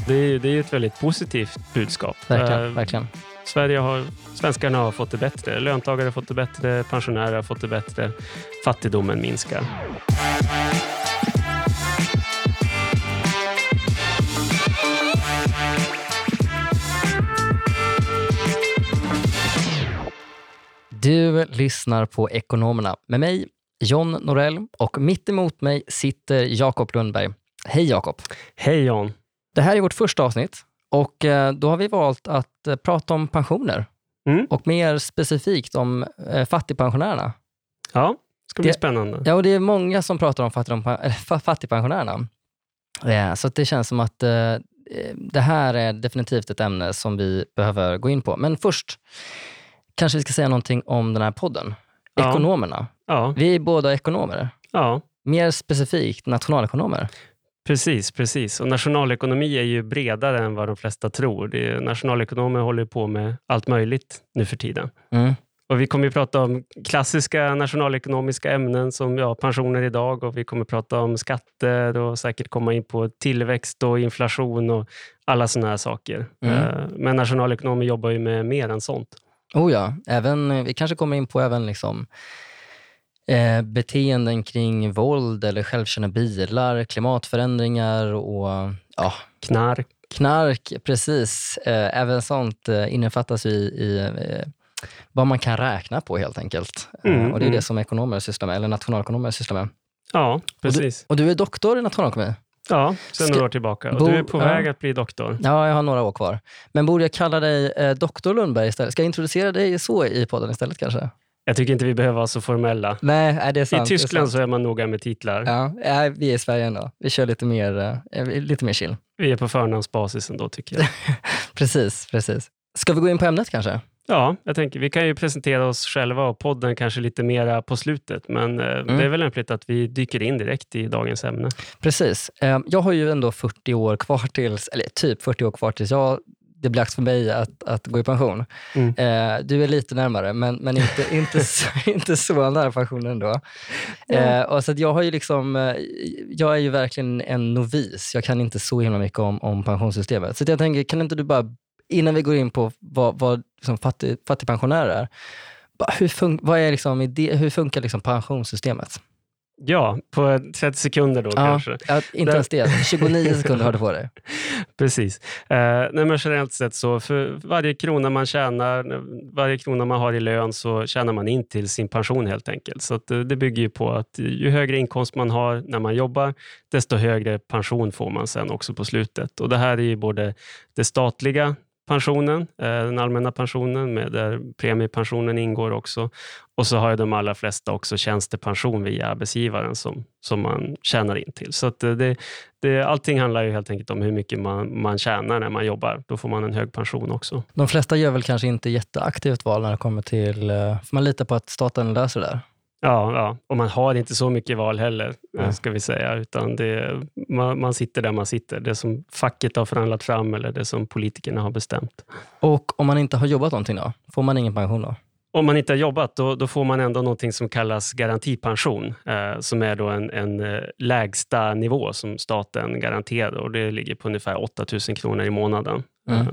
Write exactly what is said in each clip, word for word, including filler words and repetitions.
Det är, det är ett väldigt positivt budskap. Verkligen, uh, verkligen. Sverige har, svenskarna har fått det bättre. Löntagare har fått det bättre, pensionärer har fått det bättre. Fattigdomen minskar. Du lyssnar på Ekonomerna med mig, John Norell, och mitt emot mig sitter Jakob Lundberg. Hej Jakob. Hej John. Det här är vårt första avsnitt och då har vi valt att prata om pensioner mm. och mer specifikt om fattigpensionärerna. Ja, det ska bli det, spännande. Ja, och det är många som pratar om fattigpensionärerna. Så det känns som att det här är definitivt ett ämne som vi behöver gå in på. Men först kanske vi ska säga någonting om den här podden. Ja. Ekonomerna. Ja. Vi är båda ekonomer. Ja. Mer specifikt nationalekonomer. Precis, precis. Och nationalekonomi är ju bredare än vad de flesta tror. Det är, nationalekonomer håller på med allt möjligt nu för tiden. Mm. Och vi kommer ju prata om klassiska nationalekonomiska ämnen som ja, pensioner idag. Och vi kommer prata om skatter och säkert komma in på tillväxt och inflation och alla såna här saker. Mm. Men nationalekonomer jobbar ju med mer än sånt. Oh ja, även, vi kanske kommer in på även liksom, eh, beteenden kring våld eller självkörande bilar, klimatförändringar och ja, knark. Knark, precis. Eh, även sånt eh, innefattas i, i eh, vad man kan räkna på helt enkelt. Mm, eh, och det är mm. det som ekonomer sysslar med, eller nationalekonomer sysslar med. Ja, precis. Och du, och du är doktor i nationalekonomi? Ja, sen några år tillbaka. Och bo, du är på väg ja. att bli doktor. Ja, jag har några år kvar. Men borde jag kalla dig eh, doktor Lundberg istället? Ska jag introducera dig så i podden istället kanske? Jag tycker inte vi behöver vara så formella. Nej, är det är sant. I Tyskland är så är man noga med titlar. Ja, ja, vi är i Sverige ändå. Vi kör lite mer, eh, lite mer chill. Vi är på förnamnsbasis ändå tycker jag. precis, precis. Ska vi gå in på ämnet kanske? Ja, jag tänker vi kan ju presentera oss själva och podden kanske lite mera på slutet. Men eh, mm. det är väl lämpligt att vi dyker in direkt i dagens ämne. Precis. Eh, jag har ju ändå fyrtio år kvar tills, eller typ fyrtio år kvar tills jag, det blir dags för mig att, att gå i pension. Mm. Eh, du är lite närmare, men, men inte, inte, så, inte så nära pensionen ändå. Eh, och så att jag har ju liksom, jag är ju verkligen en novis. Jag kan inte så himla mycket om, om pensionssystemet. Så jag tänker, kan inte du bara, innan vi går in på vad, vad liksom fattig, fattigpensionärer är, hur, fun- vad är liksom idé, hur funkar liksom pensionssystemet? Ja, på trettio sekunder då ja, kanske. Ja, inte ens det. tjugonio sekunder har du på dig. Precis. Eh, nej, men generellt sett så för varje krona man tjänar, varje krona man har i lön så tjänar man in till sin pension helt enkelt. Så att, det bygger ju på att ju högre inkomst man har när man jobbar, desto högre pension får man sen också på slutet. Och det här är ju både det statliga pensionen, den allmänna pensionen med där premiepensionen ingår också. Och så har ju de allra flesta också tjänstepension via arbetsgivaren som, som man tjänar in till. Så att det, det, allting handlar ju helt enkelt om hur mycket man, man tjänar när man jobbar. Då får man en hög pension också. De flesta gör väl kanske inte jätteaktivt val när det kommer till, för man litar på att staten löser det där. Ja, ja, och man har inte så mycket val heller, mm. ska vi säga, utan det, man, man sitter där man sitter. Det som facket har förhandlat fram eller det som politikerna har bestämt. Och om man inte har jobbat någonting då? Får man ingen pension då? Om man inte har jobbat, då, då får man ändå någonting som kallas garantipension, eh, som är då en, en eh, lägsta nivå som staten garanterar, och det ligger på ungefär åtta tusen kronor i månaden. Mm.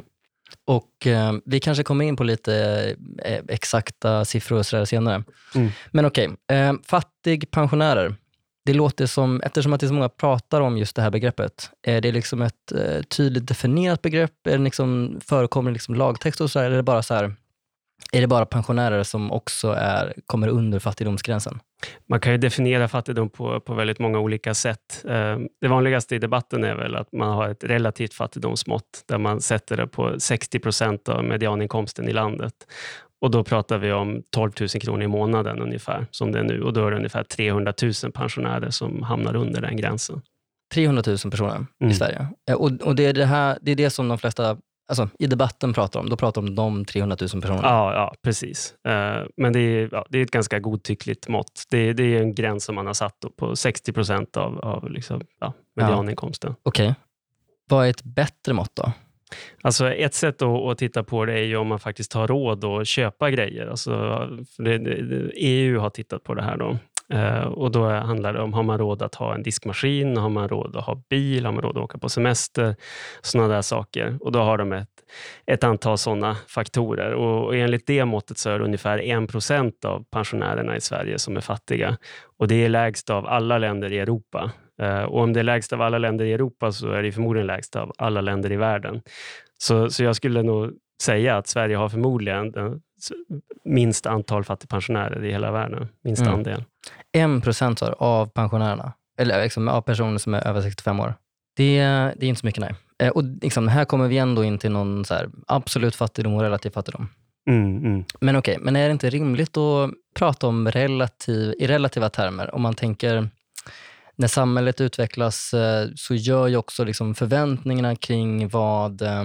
Och eh, vi kanske kommer in på lite eh, exakta siffror och sådär senare. Mm. Men okej, okay. eh, fattigpensionärer. Det låter som, eftersom att det är så många pratar om just det här begreppet, är det liksom ett eh, tydligt definierat begrepp? Är det liksom, förekommer det liksom lagtext och så här, eller är det bara så här, är det bara pensionärer som också är, kommer under fattigdomsgränsen? Man kan ju definiera fattigdom på, på väldigt många olika sätt. Eh, det vanligaste i debatten är väl att man har ett relativt fattigdomsmått där man sätter det på sextio procent av medianinkomsten i landet. Och då pratar vi om tolv tusen kronor i månaden ungefär som det är nu. Och då är det ungefär trehundratusen pensionärer som hamnar under den gränsen. trehundratusen personer mm. i Sverige. Och, och det, är det, här, det är det som de flesta... Alltså, i debatten pratar om, då pratar om de trehundratusen personerna. Ja, ja precis. Uh, men det är, ja, det är ett ganska godtyckligt mått. Det, det är en gräns som man har satt på sextio procent av, av liksom, ja, medianinkomsten. Ja. Okej. Okay. Vad är ett bättre mått då? Alltså ett sätt att, att titta på det är ju om man faktiskt har råd att köpa grejer. Alltså, det, det, E U har tittat på det här då. Uh, och då handlar det om, har man råd att ha en diskmaskin, har man råd att ha bil, har man råd att åka på semester, sådana där saker. Och då har de ett, ett antal sådana faktorer. Och, och enligt det måttet så är det ungefär en procent av pensionärerna i Sverige som är fattiga. Och det är lägst av alla länder i Europa. Uh, och om det är lägst av alla länder i Europa så är det förmodligen lägst av alla länder i världen. Så, så jag skulle nog säga att Sverige har förmodligen den minst antal fattigpensionärer i hela världen. Minst mm. andel. En procent av pensionärerna, eller liksom av personer som är över sextiofem år. Det, det är inte så mycket, nej. Eh, och liksom, här kommer vi ändå in till någon så här absolut fattigdom och relativ fattigdom. Mm, mm. Men okej, okay, men är det inte rimligt att prata om relativ, i relativa termer? Om man tänker, när samhället utvecklas eh, så gör ju också liksom förväntningarna kring vad... Eh,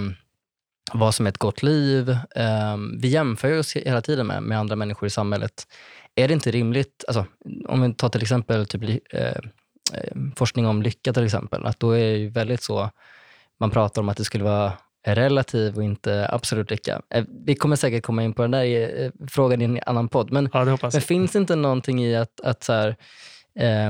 vad som är ett gott liv. Um, vi jämför oss hela tiden med, med andra människor i samhället. Är det inte rimligt, alltså, om vi tar till exempel typ, eh, eh, forskning om lycka till exempel, att då är det ju väldigt så, man pratar om att det skulle vara relativ och inte absolut lycka. Eh, vi kommer säkert komma in på den där eh, frågan i en annan podd, men, ja, det hoppas men finns inte någonting i att, att så här, eh,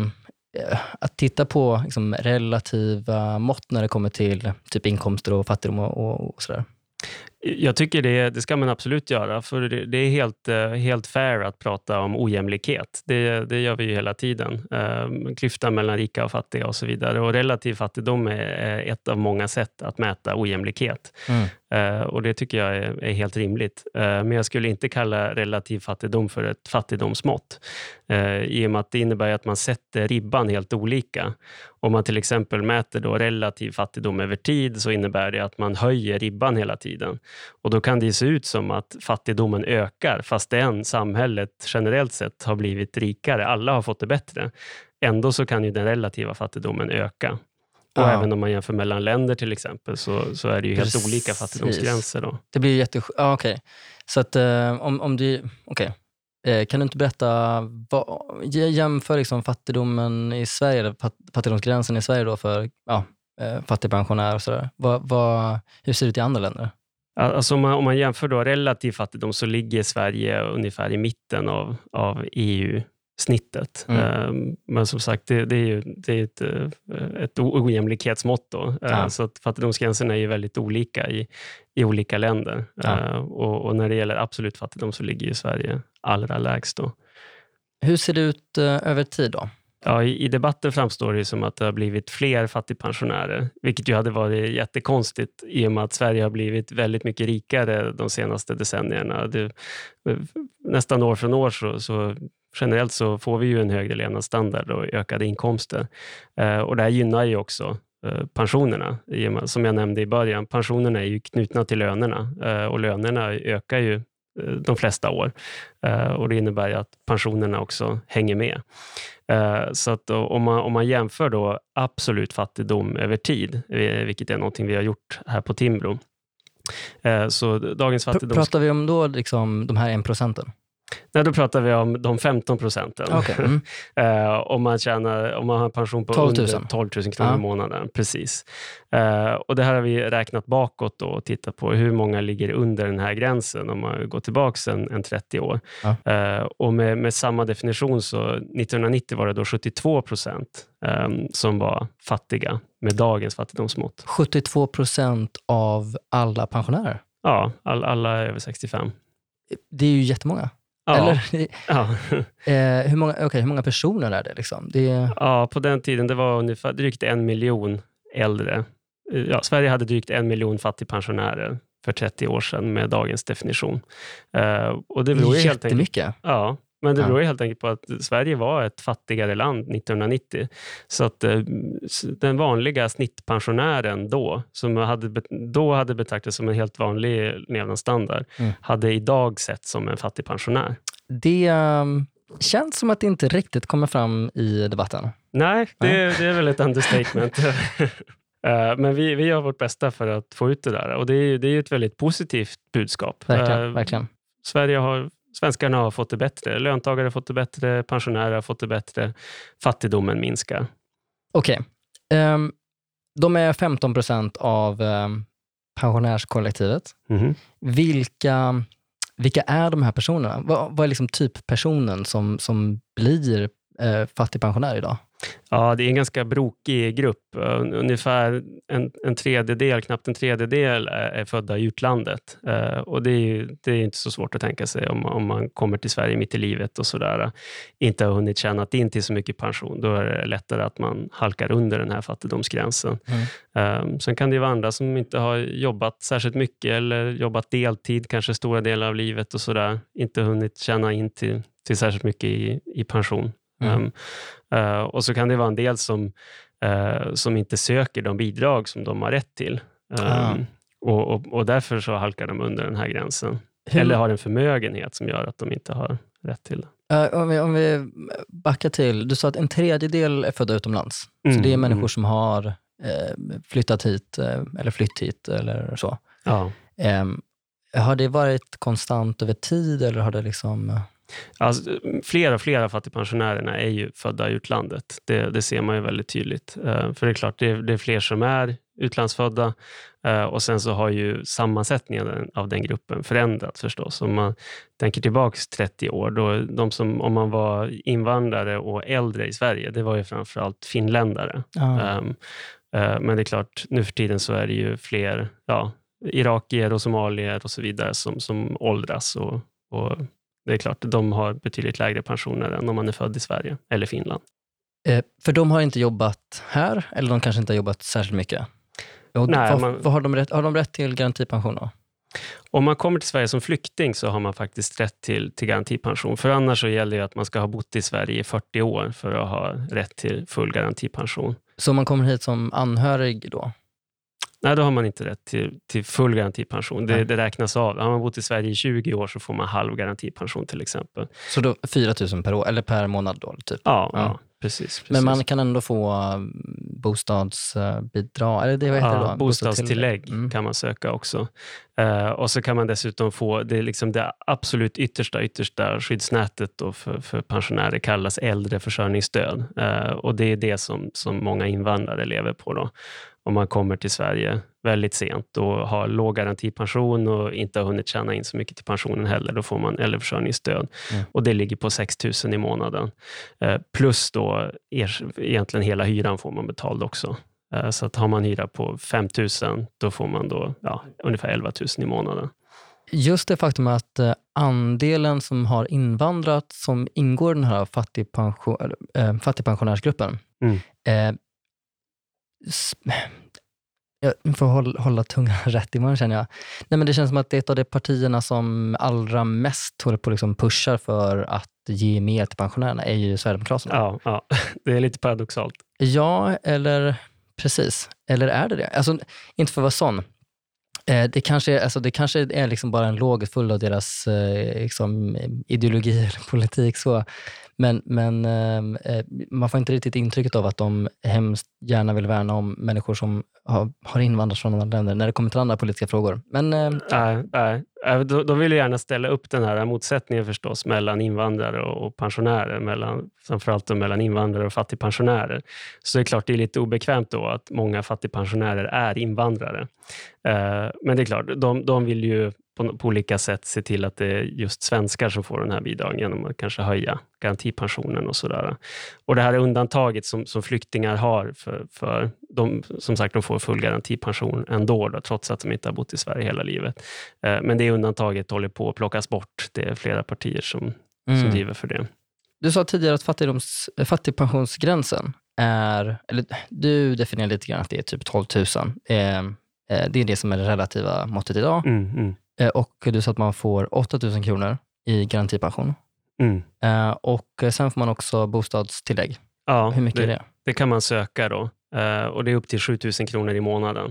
att titta på liksom, relativa mått när det kommer till typ inkomster och fattigdom och, och, och sådär? Jag tycker det, det ska man absolut göra, för det, det är helt, helt fair att prata om ojämlikhet. Det, det gör vi ju hela tiden. Um, klyftan mellan rika och fattiga och så vidare. Och relativ fattigdom är ett av många sätt att mäta ojämlikhet. Mm. Uh, och det tycker jag är, är helt rimligt. Uh, men jag skulle inte kalla relativ fattigdom för ett fattigdomsmått. Uh, I och med att det innebär att man sätter ribban helt olika. Om man till exempel mäter då relativ fattigdom över tid så innebär det att man höjer ribban hela tiden. Och då kan det se ut som att fattigdomen ökar fast den samhället generellt sett har blivit rikare. Alla har fått det bättre. Ändå så kan ju den relativa fattigdomen öka. Och ja. Även om man jämför mellan länder till exempel så, så är det ju helt Precis. olika fattigdomsgränser då. Det blir jätte... Ja, okej. Okay. Så att eh, om, om du... Okej. Okay. Eh, kan du inte berätta, vad, jämför liksom fattigdomen i Sverige, eller fattigdomsgränsen i Sverige då för ja, eh, fattigpensionärer och sådär. Vad, vad, hur ser det ut i andra länder? Alltså om man, om man jämför då relativ fattigdom så ligger Sverige ungefär i mitten av, av E U-snittet. Mm. Um, men som sagt, det, det är ju det är ett, ett ojämlikhetsmått då. Ja. Uh, så att fattigdomsgränserna är ju väldigt olika i, i olika länder. Ja. Uh, och, och när det gäller absolut fattigdom så ligger ju Sverige allra lägst då. Hur ser det ut uh, över tid då? Ja, i, i debatten framstår det som att det har blivit fler fattigpensionärer, vilket ju hade varit jättekonstigt i och med att Sverige har blivit väldigt mycket rikare de senaste decennierna. Det, nästan år från år så, så generellt så får vi ju en högre levnadsstandard och ökade inkomster. Eh, och det här gynnar ju också eh, pensionerna. Som jag nämnde i början, pensionerna är ju knutna till lönerna eh, och lönerna ökar ju de flesta år. Uh, och det innebär att pensionerna också hänger med. Uh, så att då, om, man, om man jämför då absolut fattigdom över tid, vilket är någonting vi har gjort här på Timbro. Uh, så dagens fattigdom... Pratar vi om då liksom de här en procenten? Nej, då pratar vi om de femton procenten. Okay. Mm. uh, om, man tjänar, om man har en pension på tolv tusen. Under tolv tusen kronor ja. i månaden. Precis. Uh, och det här har vi räknat bakåt då och tittat på hur många ligger under den här gränsen om man går tillbaka en, en trettio år. Ja. Uh, och med, med samma definition så nittonhundranittio var det då sjuttiotvå procent um, som var fattiga med dagens fattigdomsmått. sjuttiotvå procent av alla pensionärer? Ja, all, alla är över sextiofem. Det är ju jättemånga. Ja. Eller, ja. eh, hur, många, okay, hur många personer är det? Liksom? det är... Ja, på den tiden det var ungefär drygt en miljon äldre. Ja, Sverige hade drygt en miljon fattigpensionärer för trettio år sedan med dagens definition. Uh, och det beror ju helt enkelt, ja, men det beror ju helt enkelt på att Sverige var ett fattigare land nittonhundranittio. Så att uh, den vanliga snittpensionären då, som hade, då hade betraktats som en helt vanlig levnadsstandard, mm. hade idag sett som en fattigpensionär. Det um, känns som att det inte riktigt kommer fram i debatten. Nej, det, mm. det är väl ett understatement. Uh, men vi, vi gör vårt bästa för att få ut det där. Och det är, det är ju ett väldigt positivt budskap. Verkligen, uh, verkligen. Sverige har, svenskarna har fått det bättre. Löntagare har fått det bättre. Pensionärer har fått det bättre. Fattigdomen minskar. Okej. Okay. Um, de är femton procent av um, pensionärskollektivet. Mm-hmm. Vilka, vilka är de här personerna? Vad, vad är liksom typ personen som, som blir eh, fattigpensionär idag? Ja, det är en ganska brokig grupp. Ungefär en, en tredjedel, knappt en tredjedel är, är födda i utlandet. Uh, och det är ju det är inte så svårt att tänka sig om, om man kommer till Sverige mitt i livet och sådär. Inte har hunnit tjäna in till så mycket pension. Då är det lättare att man halkar under den här fattigdomsgränsen. Mm. Uh, sen kan det ju vara andra som inte har jobbat särskilt mycket eller jobbat deltid, kanske stora delar av livet och sådär. Inte hunnit tjäna in till, till särskilt mycket i, i pension. Mm. Um, uh, och så kan det vara en del som, uh, som inte söker de bidrag som de har rätt till. Um, ah. och, och, och därför så halkar de under den här gränsen. Hur? Eller har en förmögenhet som gör att de inte har rätt till det. Uh, om, vi, om vi backar till, du sa att en tredjedel är födda utomlands. Mm. Så det är människor mm. som har uh, flyttat hit uh, eller flytt hit eller så. Ja. Um, har det varit konstant över tid eller har det liksom... Uh... Alltså, flera och flera fattigpensionärerna är ju födda i utlandet. Det, det ser man ju väldigt tydligt. Uh, för det är klart, det är, det är fler som är utlandsfödda. Uh, och sen så har ju sammansättningen av den gruppen förändrats förstås. Om man tänker tillbaka trettio år, då de som, om man var invandrare och äldre i Sverige, det var ju framförallt finländare. Uh. Um, uh, men det är klart, nu för tiden så är det ju fler ja, irakier och somalier och så vidare som, som åldras och, och det är klart, de har betydligt lägre pensioner än om man är född i Sverige eller Finland. Eh, för de har inte jobbat här, eller de kanske inte har jobbat särskilt mycket. Och Nej, vad, man, vad har, de rätt, har de rätt till garantipension då? Om man kommer till Sverige som flykting så har man faktiskt rätt till, till garantipension. För annars så gäller det att man ska ha bott i Sverige i fyrtio år för att ha rätt till full garantipension. Så man kommer hit som anhörig då? Nej, då har man inte rätt till, till full garantipension. Det, det räknas av. Har man bott i Sverige i tjugo år så får man halv garantipension till exempel. Så då fyra tusen per år, eller per månad då? Typ. Ja, ja. ja precis, precis. Men man kan ändå få bostadsbidrag, eller det vad heter ja, det då? Bostadstillägg mm. kan man söka också. Uh, och så kan man dessutom få, det är liksom det absolut yttersta, yttersta skyddsnätet då för, för pensionärer kallas äldreförsörjningsstöd. Uh, och det är det som, som många invandrare lever på då. Om man kommer till Sverige väldigt sent och har låg garantipension och inte har hunnit tjäna in så mycket till pensionen heller, då får man äldreförsörjningsstöd. Mm. Och det ligger på sex tusen i månaden. Eh, plus då er, egentligen hela hyran får man betald också. Eh, så att har man hyra på fem tusen, då får man då ja, ungefär elva tusen i månaden. Just det faktum att eh, andelen som har invandrat som ingår i den här fattigpension, äh, fattigpensionärsgruppen mm. eh, jag får hålla, hålla tungan rätt i munnen känner jag. Nej, men det känns som att det är ett av de partierna som allra mest håller på liksom pushar för att ge mer till pensionärerna är ju Sverigedemokraterna. Ja, ja, det är lite paradoxalt. Ja, eller precis. Eller är det det? Alltså, inte för att vara sån. Eh, det, kanske, alltså, det kanske är liksom bara en låg full av deras eh, liksom, ideologi eller politik så. Men, men eh, man får inte riktigt intrycket av att de hemskt gärna vill värna om människor som har, har invandrat från andra länder när det kommer till andra politiska frågor. Men, eh, nej, nej. De, de vill gärna ställa upp den här motsättningen förstås mellan invandrare och pensionärer, mellan, framförallt mellan invandrare och fattigpensionärer. Så det är klart det är lite obekvämt då att många fattigpensionärer är invandrare. Eh, men det är klart, de, de vill ju på, på olika sätt se till att det är just svenskar som får den här bidragen genom att kanske höja garantipensionen och sådär. Och det här är undantaget som, som flyktingar har för, för de, som sagt, de får full garantipension ändå då, trots att de inte har bott i Sverige hela livet. Eh, men det undantaget håller på att plockas bort. Det är flera partier som, mm. som driver för det. Du sa tidigare att fattigdoms, fattigpensionsgränsen är, eller du definierar lite grann att det är typ tolv tusen. Eh, det är det som är det relativa måttet idag. Mm, mm. Och du sa att man får åtta tusen kronor i garantipension. Mm. Och sen får man också bostadstillägg. Ja, hur mycket det, är det? Det kan man söka då. Och det är upp till sju tusen kronor i månaden.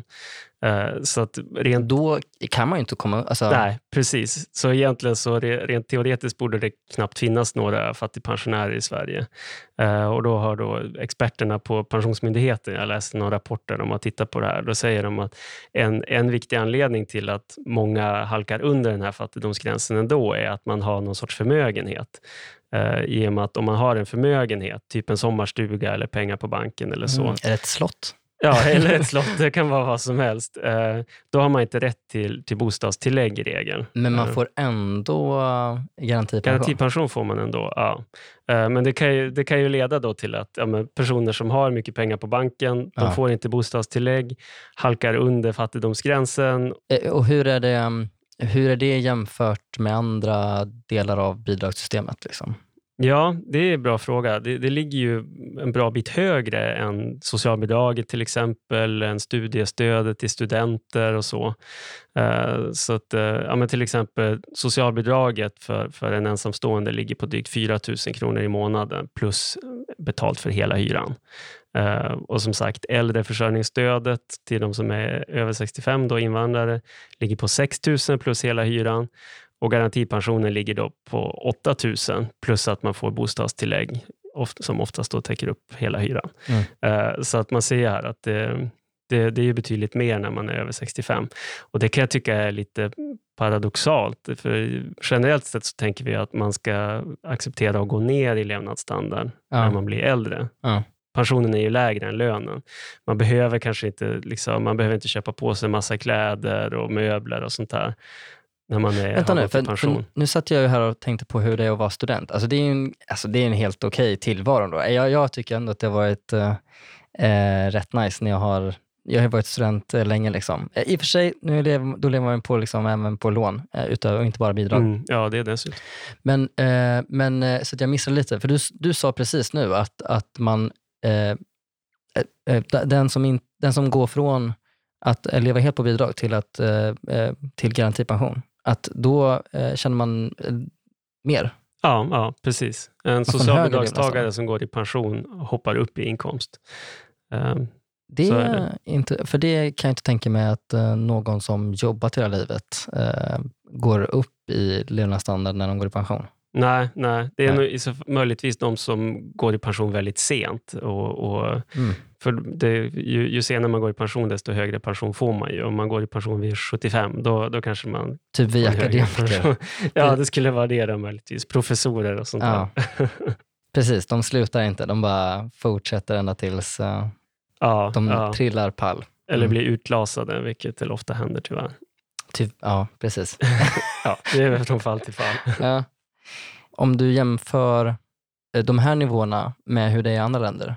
Så att rent... Då kan man ju inte komma... Alltså... Nej, precis. Så egentligen så rent teoretiskt borde det knappt finnas några fattigpensionärer i Sverige. Och då har då experterna på Pensionsmyndigheten, jag läste några rapporter om att titta på det här, då säger de att en, en viktig anledning till att många halkar under den här fattigdomsgränsen ändå är att man har någon sorts förmögenhet. Uh, I och med att om man har en förmögenhet, typ en sommarstuga eller pengar på banken eller så. Mm. Är det ett slott? Ja, eller ett slott, det kan vara vad som helst. Eh, då har man inte rätt till, till bostadstillägg i regel. Men man får ändå garantipension? Garantipension får man ändå, ja. Eh, men det kan, ju, det kan ju leda då till att ja, men personer som har mycket pengar på banken, de Ja. får inte bostadstillägg, halkar under fattigdomsgränsen. Eh, Och hur är det, hur är det jämfört med andra delar av bidragssystemet? Liksom? Ja, det är en bra fråga. Det, det ligger ju en bra bit högre än socialbidraget till exempel, än studiestödet till studenter och så. Uh, så att, uh, ja, men till exempel socialbidraget för, för en ensamstående ligger på drygt fyra tusen kronor i månaden plus betalt för hela hyran. Uh, och som sagt, äldreförsörjningsstödet till de som är över sextiofem, då invandrare, ligger på sex tusen plus hela hyran. Och garantipensionen ligger då på åtta tusen plus att man får bostadstillägg som oftast då täcker upp hela hyran. Mm. Så att man ser här att det, det, det är betydligt mer när man är över sextiofem. Och det kan jag tycka är lite paradoxalt. För generellt sett så tänker vi att man ska acceptera att gå ner i levnadsstandard ja. när man blir äldre. Ja. Pensionen är ju lägre än lönen. Man behöver kanske inte, liksom, man behöver inte köpa på sig massa kläder och möbler och sånt där. När man är, Vänta nu, för, pension. för nu satt jag ju här och tänkte på hur det är att vara student. Alltså det är en, alltså det är en helt okej tillvaro då. Jag, jag tycker ändå att det har varit äh, rätt nice när jag har, jag har varit student äh, länge. Liksom. Äh, I och för sig, nu lever, då lever man på, liksom, även på lån äh, utöver, och inte bara bidrag. Mm, ja, det är dessutom. Men, äh, men äh, så att jag missade lite, för du, du sa precis nu att, att man äh, äh, den, som in, den som går från att äh, leva helt på bidrag till, att, äh, till garantipension, att då eh, känner man eh, mer. Ja, ja, precis. En socialbidragstagare som går i pension hoppar upp i inkomst. Um, det är det. Inte, för det kan jag inte tänka mig att eh, någon som jobbat hela livet eh, går upp i levnadsstandard när de går i pension. Nej, nej. Det är nej. Nog möjligtvis de som går i pension väldigt sent. Och, och mm. För det, ju, ju senare man går i pension, desto högre pension får man ju. Om man går i pension vid sjuttiofem, då, då kanske man... Typ vi akademiker. Ja, det skulle vara det då möjligtvis. Professorer och sånt ja. där. Precis, de slutar inte. De bara fortsätter ända tills uh, ja, de ja. trillar pall. Mm. Eller blir utlasade, vilket det ofta händer tyvärr. Typ, ja, precis. Ja, det är väl från fall till fall. Ja. Om du jämför de här nivåerna med hur det är i andra länder?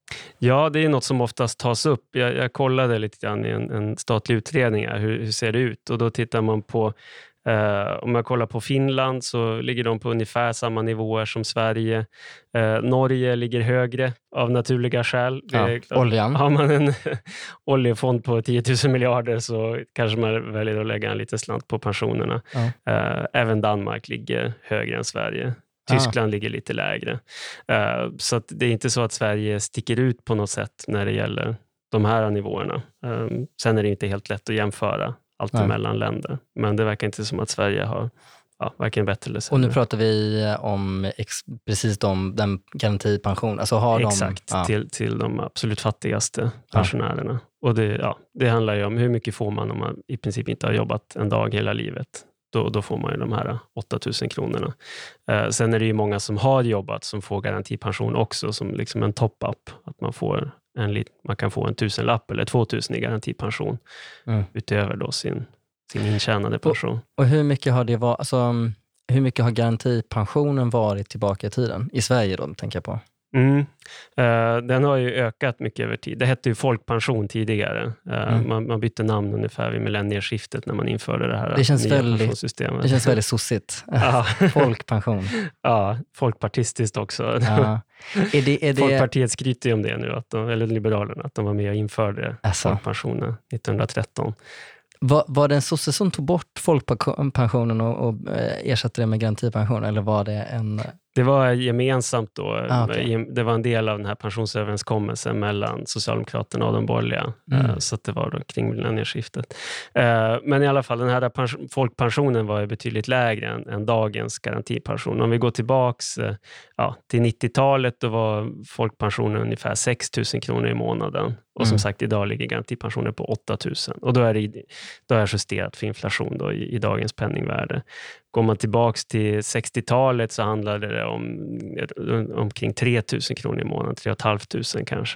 Ja, det är något som oftast tas upp. Jag, jag kollade lite grann i en, en statlig utredning här, hur, hur ser det ut? Och då tittar man på, eh, om jag kollar på Finland så ligger de på ungefär samma nivåer som Sverige. Eh, Norge ligger högre av naturliga skäl. Ja, oljan. Har man en oljefond på tio tusen miljarder så kanske man väljer att lägga en liten slant på pensionerna. Ja. Eh, även Danmark ligger högre än Sverige. Tyskland ah. ligger lite lägre. Uh, så att det är inte så att Sverige sticker ut på något sätt när det gäller de här nivåerna. Um, sen är det inte helt lätt att jämföra allt Nej. mellan länder. Men det verkar inte som att Sverige har ja, varken bättre eller sämre. Och nu pratar vi om ex- precis de, den garantipension. Alltså har Exakt, de, ja. till, till de absolut fattigaste pensionärerna. Ja. Och det, ja, det handlar ju om hur mycket får man om man i princip inte har jobbat en dag hela livet. Då, då får man ju de här åtta tusen kronorna. Eh, sen är det ju många som har jobbat som får garantipension också som liksom en top-up. Att man, får en, man kan få en tusenlapp eller två tusen i garantipension mm. utöver då sin, sin intjänade pension. Och, och hur mycket har det varit, alltså, hur mycket har garantipensionen varit tillbaka i tiden? I Sverige då, tänker jag på. Mm. Uh, den har ju ökat mycket över tid. Det hette ju folkpension tidigare. Uh, mm. man, man bytte namn ungefär vid millennieskiftet när man införde det här det känns nya väldigt, pensionssystemet. Det känns väldigt sossigt. Folkpension. Ja, folkpartistiskt också. Ja. Är det, är det... Folkpartiet skryter ju om det nu, att de, eller Liberalerna, att de var med och införde alltså. folkpensionen nittonhundratretton. Var, var det en sosse som tog bort folkpensionen och, och ersatte det med garantipension, eller var det en... Det var gemensamt då. Ah, okay. Det var en del av den här pensionsöverenskommelsen mellan Socialdemokraterna och de borgerliga. Mm. Så att det var då kring millennieskiftet. Men i alla fall, den här folkpensionen var ju betydligt lägre än, än dagens garantipension. Om vi går tillbaks ja, till nittiotalet, då var folkpensionen ungefär sex tusen kronor i månaden. Och som mm. sagt, idag ligger garantipensionen på åtta tusen. Och då är det då är justerat för inflation då i, i dagens penningvärde. Går man tillbaks till sextiotalet så handlade det om omkring tre tusen kronor i månaden, tre tusen fem hundra kanske.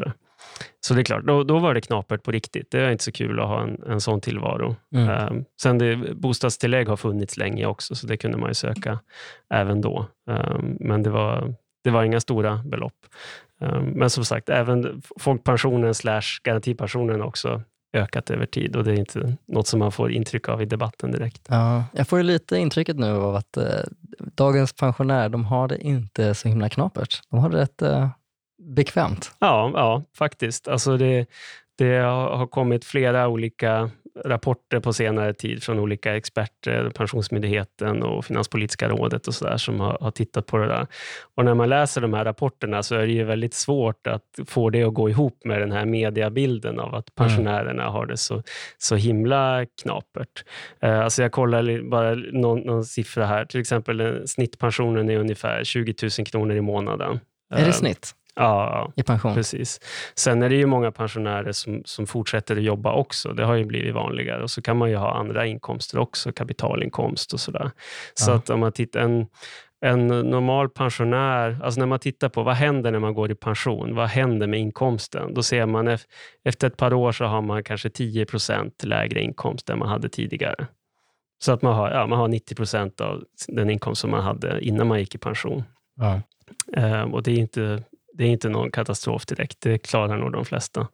så det är klart, då, då var det knapert på riktigt. Det är inte så kul att ha en, en sån tillvaro. Mm. Um, sen det, bostadstillägg har funnits länge också, så det kunde man ju söka även då. Um, men det var, det var inga stora belopp. Um, men som sagt, även folkpensionen slash garantipensionen också ökat över tid, och det är inte något som man får intryck av i debatten direkt. Ja, jag får ju lite intrycket nu av att eh, dagens pensionär, de har det inte så himla knapert. De har det rätt eh, bekvämt. Ja, ja, faktiskt. Alltså det, det har kommit flera olika rapporter på senare tid från olika experter, Pensionsmyndigheten och Finanspolitiska rådet och sådär, som har, har tittat på det där. Och när man läser de här rapporterna så är det ju väldigt svårt att få det att gå ihop med den här mediabilden av att pensionärerna har det så, så himla knapert. Uh, alltså jag kollar bara någon, någon siffra här. Till exempel snittpensionen är ungefär tjugo tusen kronor i månaden. Är det snitt? Ja, i pension. Precis. Sen är det ju många pensionärer som, som fortsätter att jobba också. Det har ju blivit vanligare. Och så kan man ju ha andra inkomster också, kapitalinkomst och sådär. Så Ja. att om man tittar, en, en normal pensionär, alltså när man tittar på vad händer när man går i pension, vad händer med inkomsten? Då ser man efter ett par år så har man kanske tio procent lägre inkomst än man hade tidigare. Så att man har, ja, man har nittio procent av den inkomst som man hade innan man gick i pension. Ja. Um, och det är inte... Det är inte någon katastrof direkt. Det klarar nog de flesta.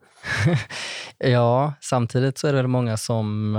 Ja, samtidigt så är det väl många som...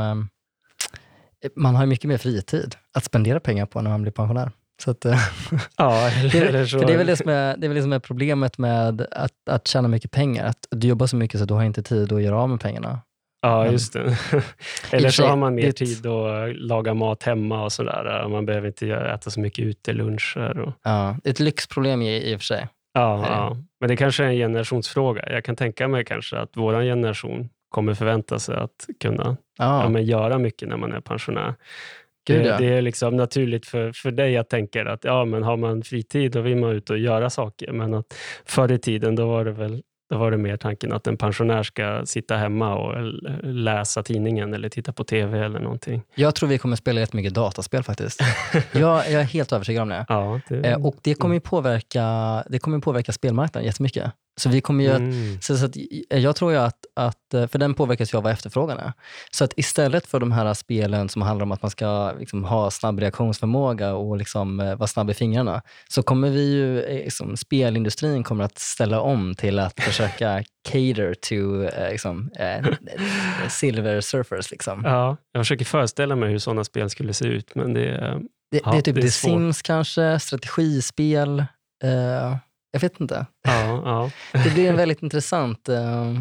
Eh, man har mycket mer fritid att spendera pengar på när man blir pensionär. Så att, eh, ja, eller, eller så. För det är väl det som är, det är, väl det som är problemet med att, att tjäna mycket pengar. Att du jobbar så mycket så att du har inte tid att göra av med pengarna. Ja, just det. Eller så har man mer det, tid att laga mat hemma och sådär. Man behöver inte äta så mycket ute luncher. Och... Ja, det är ett lyxproblem i, i och för sig. Ja, ja, men det kanske är en generationsfråga. Jag kan tänka mig kanske att vår generation kommer förvänta sig att kunna ja. Ja, men göra mycket när man är pensionär. Gud, det, ja. det är liksom naturligt för, för dig att tänka att ja, men har man fritid då vill man ut och göra saker. Men att förr i tiden då var det väl Då var det mer tanken att en pensionär ska sitta hemma och läsa tidningen eller titta på tv eller någonting. Jag tror vi kommer spela rätt mycket dataspel faktiskt. jag, jag är helt övertygad om det. Ja, det... Eh, och det kommer ju påverka, det kommer ju påverka spelmarknaden jättemycket. Så vi kommer ju mm. att, så, så att, jag tror ju att, att, för den påverkas ju av vad efterfrågan är. Så att istället för de här spelen som handlar om att man ska liksom ha snabb reaktionsförmåga och liksom vara snabb i fingrarna, så kommer vi ju, liksom, spelindustrin kommer att ställa om till att försöka cater to liksom, eh, silver surfers. Liksom. Ja, jag försöker föreställa mig hur sådana spel skulle se ut, men det, det, ja, det är typ det är The svårt. Sims kanske, strategispel, eh, jag vet inte. Ja, ja. Det blir en väldigt intressant... Uh,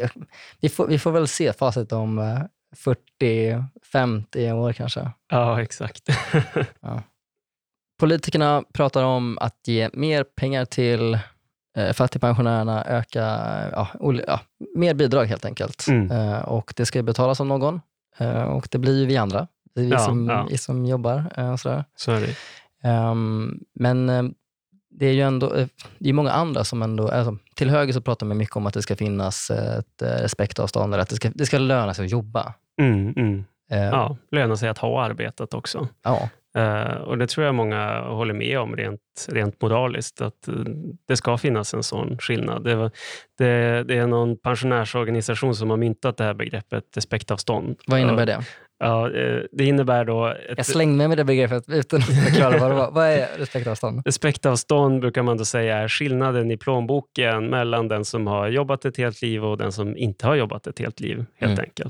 vi, får, vi får väl se facit om uh, fyrtio femtio år kanske. Ja, exakt. Ja. Politikerna pratar om att ge mer pengar till uh, fattigpensionärerna, öka uh, uh, ja, mer bidrag helt enkelt. Mm. Uh, och det ska betalas av någon. Uh, och det blir ju vi andra. Det är vi, ja, som, ja. vi som jobbar. Uh, sådär. Så är det. Um, men... Uh, Det är ju ändå, det är många andra som ändå, alltså, till höger så pratar man mycket om att det ska finnas ett respektavstånd eller att det ska, det ska löna sig att jobba. Mm, mm. Uh, ja, löna sig att ha arbetat också. Ja. Uh, och det tror jag många håller med om rent, rent moraliskt, att uh, det ska finnas en sån skillnad. Det, var, det, det är någon pensionärsorganisation som har myntat det här begreppet respektavstånd. Vad innebär uh, det? Ja, uh, det innebär då... Ett, jag slängde mig med det begreppet utan att förklara vad det var. Vad är respektavstånd? Respektavstånd brukar man då säga är skillnaden i plånboken mellan den som har jobbat ett helt liv och den som inte har jobbat ett helt liv, helt mm. enkelt.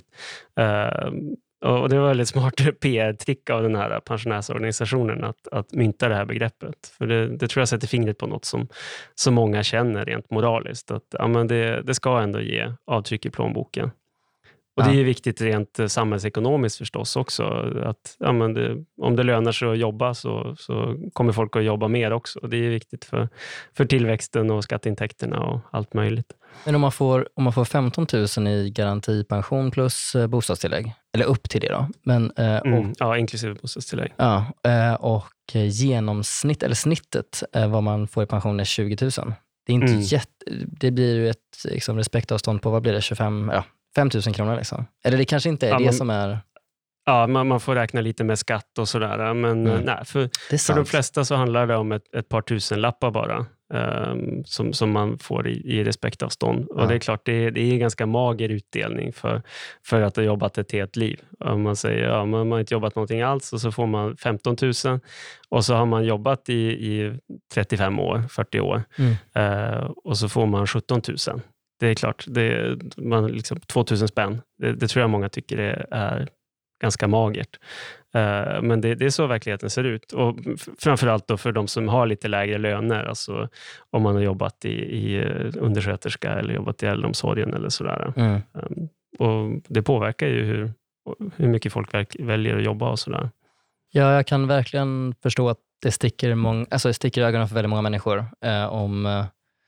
Uh, Och det var väldigt smart P R-trick av den här pensionärsorganisationen att, att mynta det här begreppet. För det, det tror jag sätter fingret på något som, som många känner rent moraliskt. Att ja, men det, det ska ändå ge avtryck i plånboken. Och ja. det är viktigt rent samhällsekonomiskt förstås också. Att ja, men det, om det lönar sig att jobba så, så kommer folk att jobba mer också. Och det är viktigt för, för tillväxten och skatteintäkterna och allt möjligt. Men om man får, om man får femton tusen i garantipension plus eh, bostadstillägg, eller upp till det då. Men, eh, och, mm, ja, inklusive bostadstillägg. Ja, eh, och genomsnitt, eller snittet eh, vad man får i pension är tjugo tusen. Det är inte mm. jätte, det blir ju ett liksom, respektavstånd på, vad blir det, tjugofem, ja, fem tusen kronor liksom. Eller det kanske inte är ja, det man, som är... Ja, man, man får räkna lite med skatt och sådär. Men mm. nej, för, för de flesta så handlar det om ett, ett par tusen lappar bara. um, som, som man får i, i respektavstånd. Ja. Och det är klart, det är, det är ganska mager utdelning för, för att ha jobbat ett helt liv. Om man säger, ja, man har inte jobbat någonting alls och så får man femton tusen och så har man jobbat i, i trettiofem år, fyrtio år Mm. uh, och så får man sjutton tusen. Det är klart, det är, man liksom tvåtusen spänn. Det, det tror jag många tycker är, är ganska magert. Uh, men det, det är så verkligheten ser ut. Och f- framförallt då för de som har lite lägre löner. Alltså om man har jobbat i, i undersköterska eller jobbat i äldreomsorgen eller sådär. Mm. Um, och det påverkar ju hur, hur mycket folk verk, väljer att jobba och sådär. Ja, jag kan verkligen förstå att det sticker, mång, alltså det sticker i ögonen för väldigt många människor. Eh, om eh,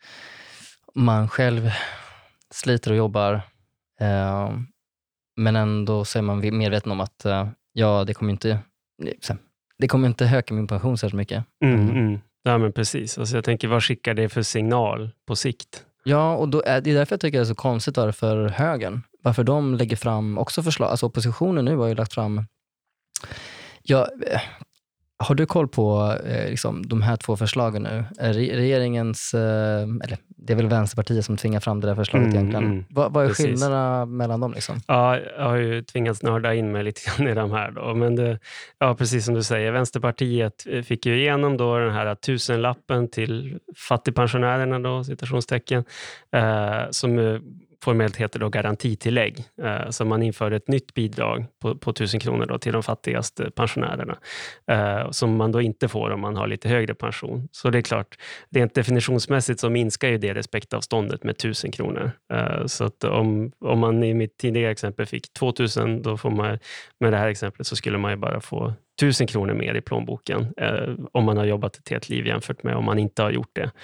man själv sliter och jobbar eh, men ändå så är man medveten om att eh, ja, det kommer inte det kommer inte öka min pension så mycket. Mm, Mm. mm. Ja, men precis. Alltså jag tänker, vad skickar det för signal på sikt? Ja, och då är, det är därför jag tycker det är så konstigt där för högern. Varför de lägger fram också förslag. Alltså oppositionen nu har ju lagt fram... Ja, har du koll på eh, liksom, de här två förslagen nu? Re- regeringens... Eh, eller det är väl Vänsterpartiet som tvingar fram det där förslaget Mm, egentligen. mm. Vad, vad är Precis. skillnaderna mellan dem liksom? Ja, jag har ju tvingats nörda in mig lite grann i de här då. Men det, ja, precis som du säger, Vänsterpartiet fick ju igenom då den här tusenlappen till fattigpensionärerna då, citationstecken, eh, som eh, formellt heter då garantitillägg. Eh, så man inför ett nytt bidrag på, på tusen kronor då till de fattigaste pensionärerna. Eh, som man då inte får om man har lite högre pension. Så det är klart, rent definitionsmässigt så minskar ju det respektavståndet med tusen kronor. Eh, så att om, om man i mitt tidigare exempel fick tvåtusen, då får man, med det här exemplet så skulle man ju bara få tusen kronor mer i plånboken eh, om man har jobbat ett helt liv jämfört med om man inte har gjort det.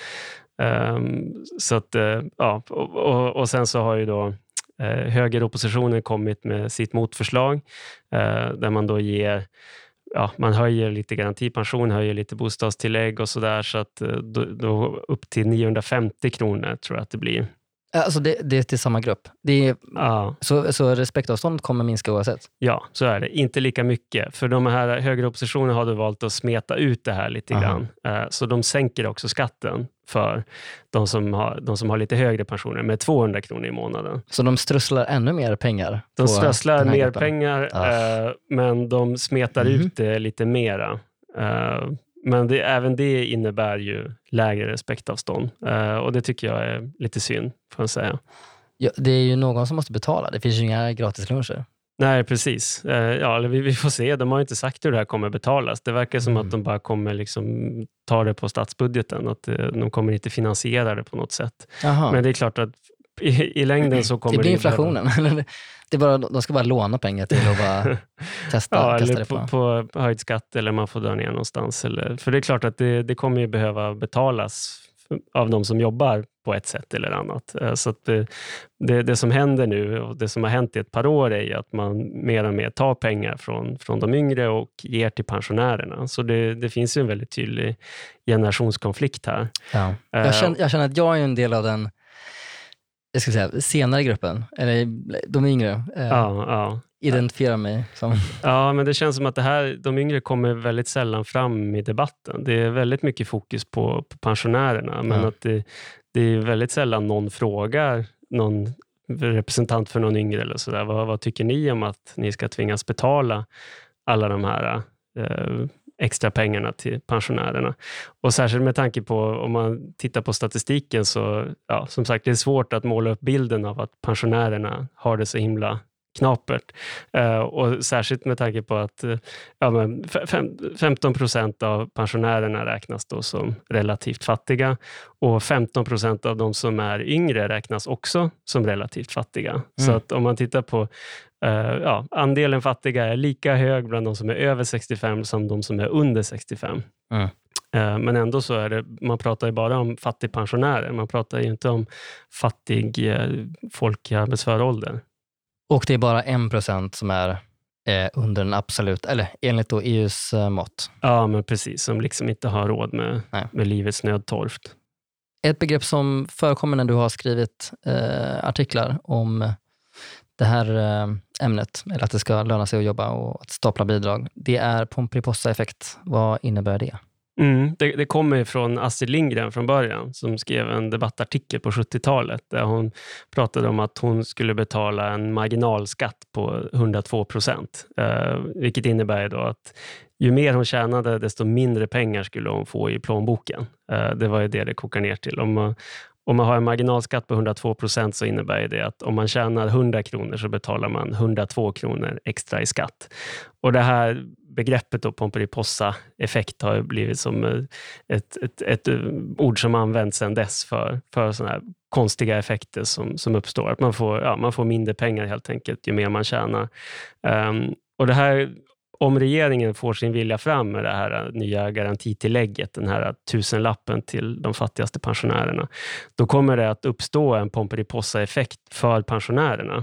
Um, så att, uh, ja, och, och, och sen så har ju då uh, högeroppositionen kommit med sitt motförslag uh, där man då ger, ja, man höjer lite garantipension, höjer lite bostadstillägg och sådär, så att uh, då, då upp till niohundrafemtio kronor tror jag att det blir. Alltså det, det är till samma grupp. Det är, Ja. så, så respektavståndet kommer minska oavsett? Ja, så är det. Inte lika mycket. För de här högeroppositionen har då valt att smeta ut det här lite Aha. grann. Uh, så de sänker också skatten för de som har, de som har lite högre pensioner med tvåhundra kronor i månaden. Så de strösslar ännu mer pengar? De strösslar mer gruppen. pengar, Ah. eh, men de smetar Mhm. ut det lite mera. Eh, men det, även det innebär ju lägre respektavstånd. Eh, och det tycker jag är lite synd, får jag säga. Ja, det är ju någon som måste betala. Det finns ju inga gratis luncher. Nej, precis. Eh, ja, eller vi, vi får se. De har ju inte sagt hur det här kommer betalas. Det verkar som Mm. att de bara kommer liksom ta det på statsbudgeten. Att eh, de kommer inte finansiera det på något sätt. Jaha. Men det är klart att i, i längden så kommer det blir det inflationen. det är bara, de ska bara låna pengar till att bara testa, ja, testa eller det på. på, på höjd skatt, eller man får dra ner någonstans. Eller, för det är klart att det, det kommer ju behöva betalas av de som jobbar på ett sätt eller annat. Så att det, det, det som händer nu och det som har hänt i ett par år är ju att man mer och mer tar pengar från, från de yngre och ger till pensionärerna. Så det, det finns ju en väldigt tydlig generationskonflikt här. Ja. Jag, känner, jag känner att jag är en del av den, jag ska säga, senare gruppen, eller de yngre. Eh, Ja, ja. Identifierar mig som... Ja, men det känns som att det här, de yngre kommer väldigt sällan fram i debatten. Det är väldigt mycket fokus på, på pensionärerna, men Ja. att det, det är väldigt sällan någon frågar någon representant för någon yngre eller sådär. Vad, vad tycker ni om att ni ska tvingas betala alla de här eh, extra pengarna till pensionärerna? Och särskilt med tanke på, om man tittar på statistiken, så ja, som sagt, det är svårt att måla upp bilden av att pensionärerna har det så himla knapert. Uh, och särskilt med tanke på att uh, ja, men fem, femton procent av pensionärerna räknas då som relativt fattiga, och femton procent av de som är yngre räknas också som relativt fattiga. Mm. Så att om man tittar på uh, ja, andelen fattiga är lika hög bland de som är över sextiofem som de som är under sextiofem. Mm. Uh, men ändå så är det, man pratar ju bara om fattigpensionärer. Man pratar ju inte om fattig uh, folk i arbetsför ålder. Och det är bara en procent som är eh, under den absolut, eller enligt då E U:s eh, mått. Ja, men precis. Som liksom inte har råd med, med livets nödtorft. Ett begrepp som förekommer när du har skrivit eh, artiklar om det här eh, ämnet, eller att det ska löna sig att jobba och att stapla bidrag, det är Pomperipossa-effekt. Vad innebär det? Mm, det, det kommer från Astrid Lindgren från början, som skrev en debattartikel på sjuttiotalet där hon pratade om att hon skulle betala en marginalskatt på hundratvå procent. Eh, vilket innebär då att ju mer hon tjänade, desto mindre pengar skulle hon få i plånboken. Eh, det var ju det det kokar ner till. Om man, om man har en marginalskatt på hundratvå procent så innebär det att om man tjänar hundra kronor så betalar man hundratvå kronor extra i skatt. Och det här begreppet då, Pomperipossa-effekt, har ju blivit som ett, ett, ett ord som används sedan dess för, för såna här konstiga effekter som, som uppstår. Att man får, ja, man får mindre pengar helt enkelt ju mer man tjänar. Um, och det här, om regeringen får sin vilja fram med det här nya garantitillägget, den här tusenlappen till de fattigaste pensionärerna, då kommer det att uppstå en Pomperipossa-effekt för pensionärerna.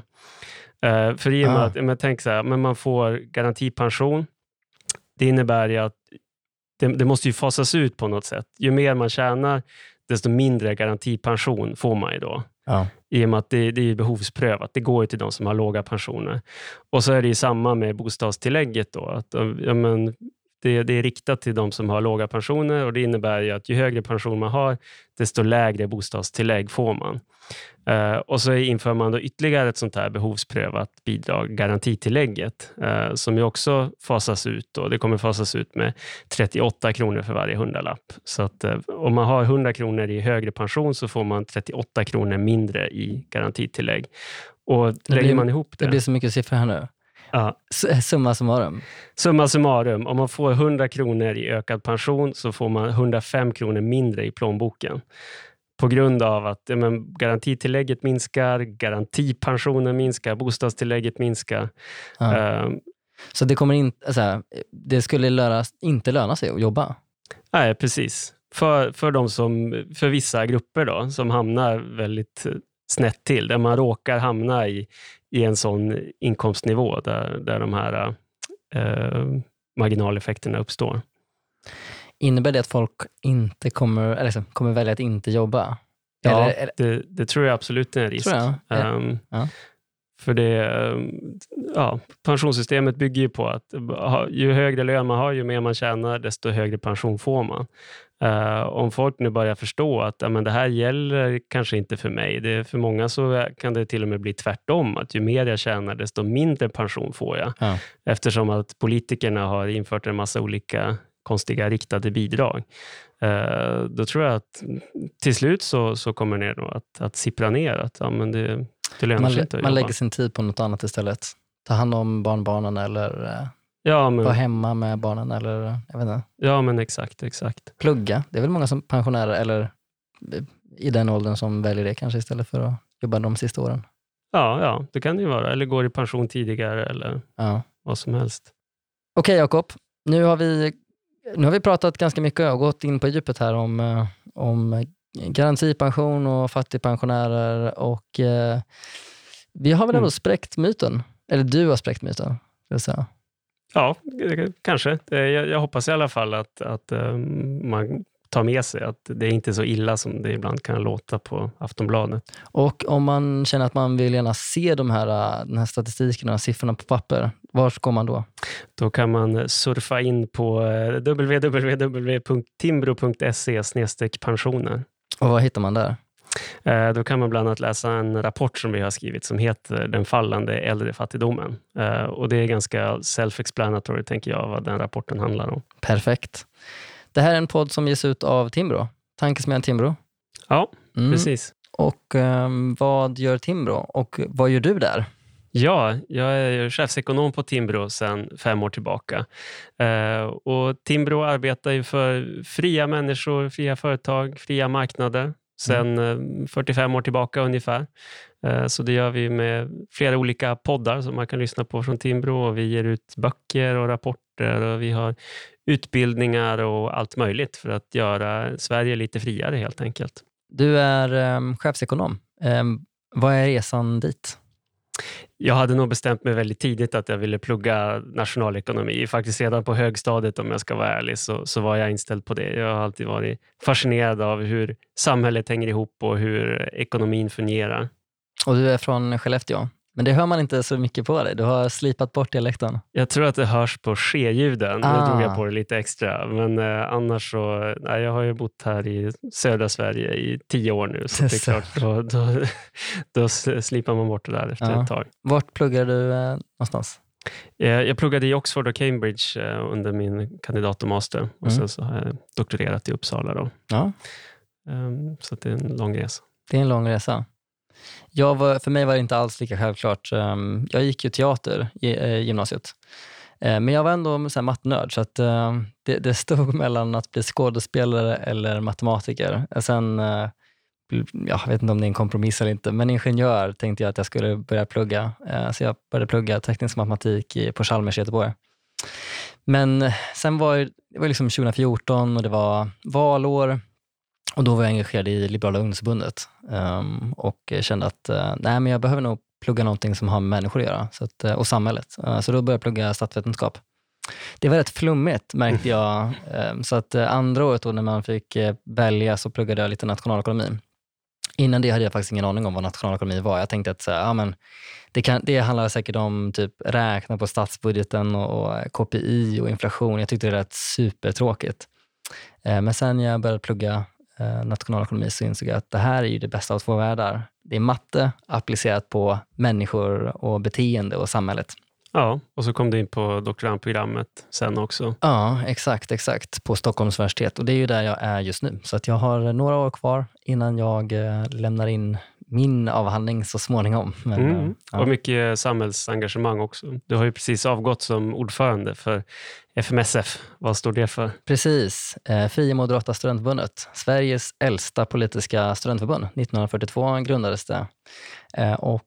Uh, för i och med ah. att, men tänk så här, men man får garantipension. Det innebär ju att det, det måste ju fasas ut på något sätt. Ju mer man tjänar, desto mindre garantipension får man ju då. Ja. I och med att det, det är behovsprövat. Det går ju till de som har låga pensioner. Och så är det ju samma med bostadstillägget då. Att, ja, men, det, det är riktat till de som har låga pensioner, och det innebär ju att ju högre pension man har, desto lägre bostadstillägg får man. Uh, och så inför man då ytterligare ett sånt här behovsprövat bidrag, garantitillägget, uh, som ju också fasas ut då. Det kommer fasas ut med trettioåtta kronor för varje hundralapp. Så att uh, om man har hundra kronor i högre pension så får man trettioåtta kronor mindre i garantitillägg. Och det lägger blir, man ihop det. Det blir så mycket siffror här nu. Ja. Summa summarum. Summa summarum. Om man får hundra kronor i ökad pension så får man hundrafem kronor mindre i plånboken. På grund av att ja, men, garantitillägget minskar, garantipensionen minskar, bostadstillägget minskar. Ja. Um, så det kommer inte, alltså, det skulle löna, inte löna sig att jobba? Nej, precis. För, för, de som, för vissa grupper då, som hamnar väldigt snett till, där man råkar hamna i, i en sån inkomstnivå där, där de här uh, marginaleffekterna uppstår. Innebär det att folk inte kommer, eller kommer välja att inte jobba? Ja, eller, eller? Det, det tror jag absolut är en risk. Tror jag. Um, ja. För det, ja, pensionssystemet bygger ju på att ju högre lön man har, ju mer man tjänar, desto högre pension får man. Uh, om folk nu börjar förstå att ja, men det här gäller kanske inte för mig. Det, för många så kan det till och med bli tvärtom. Att ju mer jag tjänar, desto mindre pension får jag. Ja. Eftersom att politikerna har infört en massa olika konstiga riktade bidrag. Uh, då tror jag att till slut så, så kommer det nog att, att sippra ner. Att, ja, men det, det lönar man, sig inte att man jobba. lägger sin tid på något annat istället. Ta hand om barnbarnen eller uh, ja, men, vara hemma med barnen. Eller, jag vet inte. Ja, men exakt, exakt. Plugga. Det är väl många som pensionärer eller i den åldern som väljer det kanske istället för att jobba de sista åren. Ja, ja, det kan det ju vara. Eller går i pension tidigare eller ja. vad som helst. Okej, Jakob. Nu har vi Nu har vi pratat ganska mycket och gått in på djupet här om, om garantipension och fattigpensionärer och eh, vi har väl ändå mm. spräckt myten. Eller du har spräckt myten, vill säga. Ja, kanske. Jag, jag hoppas i alla fall att, att um, man tar med sig att det är inte så illa som det ibland kan låta på Aftonbladet. Och om man känner att man vill gärna se de här, den här statistiken och siffrorna på papper, var går man då? Då kan man surfa in på w w w punkt timbro punkt se slash pensioner. Och vad hittar man där? Eh, då kan man bland annat läsa en rapport som vi har skrivit som heter Den fallande äldrefattigdomen. Eh, och det är ganska self-explanatory, tänker jag, vad den rapporten handlar om. Perfekt. Det här är en podd som ges ut av Timbro. Tankesmedjan Timbro. Ja, mm. precis. Och um, vad gör Timbro? Och vad gör du där? Ja, jag är chefsekonom på Timbro sedan fem år tillbaka. Eh, och Timbro arbetar ju för fria människor, fria företag, fria marknader sedan mm. fyrtiofem år tillbaka ungefär. Eh, så det gör vi med flera olika poddar som man kan lyssna på från Timbro. Och vi ger ut böcker och rapporter och vi har utbildningar och allt möjligt för att göra Sverige lite friare helt enkelt. Du är um, chefsekonom. Um, vad är resan dit? Jag hade nog bestämt mig väldigt tidigt att jag ville plugga nationalekonomi. Faktiskt redan på högstadiet, om jag ska vara ärlig, så, så var jag inställd på det. Jag har alltid varit fascinerad av hur samhället hänger ihop och hur ekonomin fungerar. Och du är från Skellefteå? Men det hör man inte så mycket på dig. Du har slipat bort dialekten. Jag tror att det hörs på ske-ljuden. Ah. Nu drog jag på det lite extra. Men eh, annars så... Nej, jag har ju bott här i södra Sverige i tio år nu. Så det är klart, då, då, då slipar man bort det där efter ja. ett tag. Vart pluggar du eh, någonstans? Jag, jag pluggade i Oxford och Cambridge eh, under min kandidat och master. Och mm. sen så har jag doktorerat i Uppsala då. Ja. Um, så det är en lång resa. Det är en lång resa. Jag var, för mig var det inte alls lika självklart. Jag gick ju teater i gymnasiet. Men jag var ändå så här mattnörd, så att det, det stod mellan att bli skådespelare eller matematiker. Sen, jag vet inte om det är en kompromiss eller inte, men ingenjör tänkte jag att jag skulle börja plugga. Så jag började plugga teknisk matematik på Chalmers i Göteborg. Men sen var det var liksom tjugo fjorton och det var valår. Och då var jag engagerad i Liberala ungdomsförbundet um, och kände att uh, nej, men jag behöver nog plugga någonting som har med människor att göra så att, uh, och samhället. Uh, så då började jag plugga statsvetenskap. Det var rätt flummigt märkte jag. Um, så att uh, andra året då när man fick uh, välja så pluggade jag lite nationalekonomi. Innan det hade jag faktiskt ingen aning om vad nationalekonomi var. Jag tänkte att så, ja, men det, kan, det handlar säkert om typ räkna på statsbudgeten och, och K P I och inflation. Jag tyckte det var rätt supertråkigt. Uh, men sen jag började plugga nationalekonomi så insåg jag att det här är ju det bästa av två världar. Det är matte applicerat på människor och beteende och samhället. Ja, och så kom du in på doktorandprogrammet sen också. Ja, exakt, exakt. På Stockholms universitet. Och det är ju där jag är just nu. Så att jag har några år kvar innan jag lämnar in min avhandling så småningom. Men, mm. ja. Och mycket samhällsengagemang också. Du har ju precis avgått som ordförande för F M S F. Vad står det för? Precis. Eh, Fria Moderata Studentförbundet. Sveriges äldsta politiska studentförbund. nittonhundrafyrtiotvå grundades det. Eh, och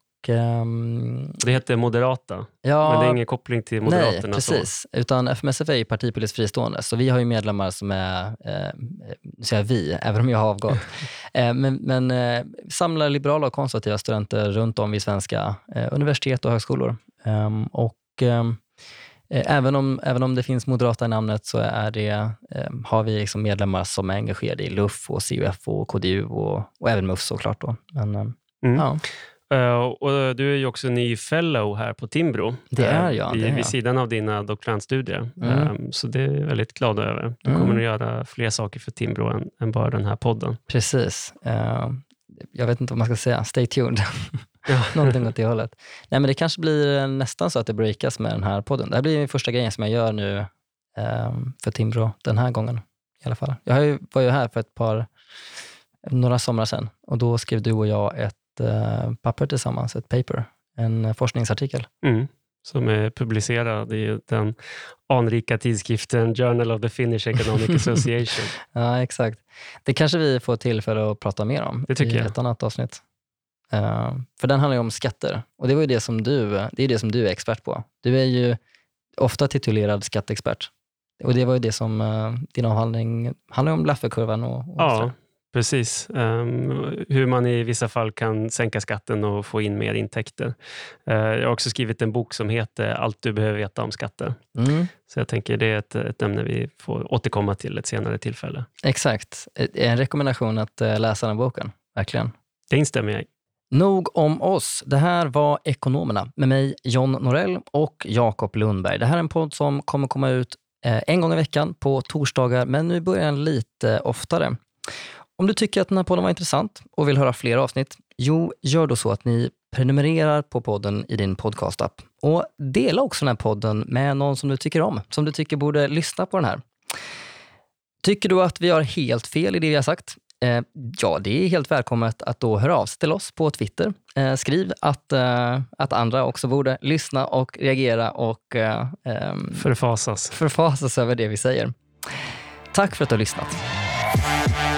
ehm, det heter Moderata. Ja, men det är ingen koppling till Moderaterna. Nej, precis. Så. Utan F M S F är ju partipolitiskt fristående. Så vi har ju medlemmar som är, eh, nu säger jag vi, även om jag har avgått. eh, men men eh, samlar liberala och konservativa studenter runt om i svenska eh, universitet och högskolor. Um, och um, Även om, även om det finns moderata i namnet så är det, eh, har vi liksom medlemmar som är engagerade i L U F och C U F och K D U och, och även M U F såklart då. Men, eh, mm. ja. Uh, och du är ju också ny fellow här på Timbro. Det är jag. Uh, det är vid jag. sidan av dina doktorandstudier. Mm. Um, så det är jag väldigt glad över. Du mm. kommer att göra fler saker för Timbro än, än bara den här podden. Precis. Uh, jag vet inte vad man ska säga. Stay tuned. Någonting åt det hållet. Nej, men det kanske blir nästan så att det breakas med den här podden. Det här blir min första grejen som jag gör nu um, för Timbro den här gången i alla fall. Jag har ju, var ju här för ett par, några somrar sedan och då skrev du och jag ett uh, papper tillsammans, ett paper, en uh, forskningsartikel. Mm. Som är publicerad i den anrika tidskriften Journal of the Finnish Economic Association. Ja, exakt. Det kanske vi får tillfälle att prata mer om det tycker i jag. ett annat avsnitt. Uh, för den handlar ju om skatter. Och det var ju det som du, det är det som du är expert på. Du är ju ofta titulerad skatteexpert. Och det var ju det som uh, din avhandling handlar om, Lafferkurvan och, och ja, precis. Um, hur man i vissa fall kan sänka skatten och få in mer intäkter. Uh, jag har också skrivit en bok som heter Allt du behöver veta om skatter. Mm. Så jag tänker det är ett, ett ämne vi får återkomma till ett senare tillfälle. Exakt. En rekommendation att uh, läsa den boken, verkligen. Det instämmer jag i. Nog om oss. Det här var Ekonomerna med mig, John Norell och Jakob Lundberg. Det här är en podd som kommer komma ut eh, en gång i veckan på torsdagar, men nu börjar den lite oftare. Om du tycker att den här podden var intressant och vill höra fler avsnitt, jo, gör då så att ni prenumererar på podden i din podcastapp. Och dela också den här podden med någon som du tycker om, som du tycker borde lyssna på den här. Tycker du att vi har helt fel i det vi har sagt? Eh, ja, det är helt välkommet att då höra av sig till oss på Twitter. Eh, skriv att, eh, att andra också borde lyssna och reagera och eh, förfasas. förfasas över det vi säger. Tack för att du har lyssnat.